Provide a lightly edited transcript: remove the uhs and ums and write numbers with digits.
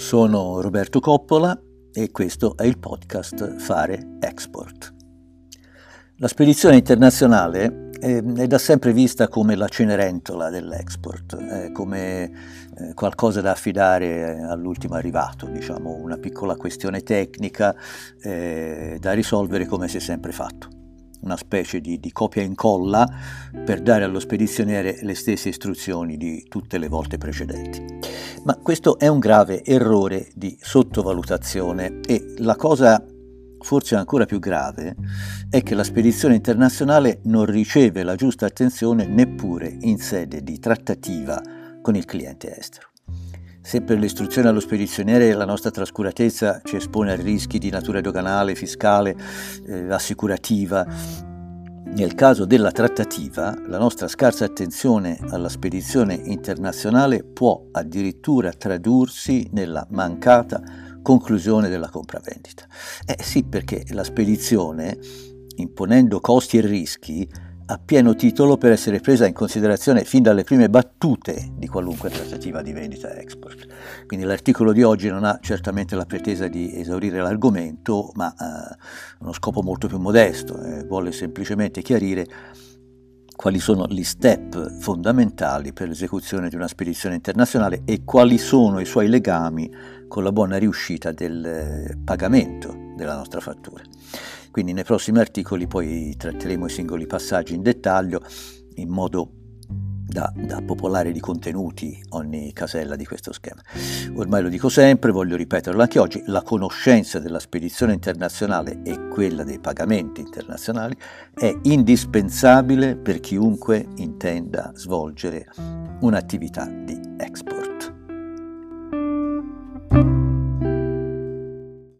Sono Roberto Coppola e questo è il podcast Fare Export. La spedizione internazionale è da sempre vista come la Cenerentola dell'export, come qualcosa da affidare all'ultimo arrivato, diciamo una piccola questione tecnica da risolvere come si è sempre fatto. Una specie di copia e incolla per dare allo spedizioniere le stesse istruzioni di tutte le volte precedenti. Ma questo è un grave errore di sottovalutazione e la cosa forse ancora più grave è che la spedizione internazionale non riceve la giusta attenzione neppure in sede di trattativa con il cliente estero. Se per le istruzioni allo spedizioniere la nostra trascuratezza ci espone a rischi di natura doganale, fiscale, assicurativa, nel caso della trattativa la nostra scarsa attenzione alla spedizione internazionale può addirittura tradursi nella mancata conclusione della compravendita. Sì, perché la spedizione, imponendo costi e rischi, ha pieno titolo per essere presa in considerazione fin dalle prime battute di qualunque trattativa di vendita export. Quindi l'articolo di oggi non ha certamente la pretesa di esaurire l'argomento, ma ha uno scopo molto più modesto, vuole semplicemente chiarire quali sono gli step fondamentali per l'esecuzione di una spedizione internazionale e quali sono i suoi legami con la buona riuscita del pagamento della nostra fattura. Quindi nei prossimi articoli poi tratteremo i singoli passaggi in dettaglio in modo da popolare di contenuti ogni casella di questo schema. Ormai lo dico sempre, voglio ripeterlo anche oggi, la conoscenza della spedizione internazionale e quella dei pagamenti internazionali è indispensabile per chiunque intenda svolgere un'attività di export.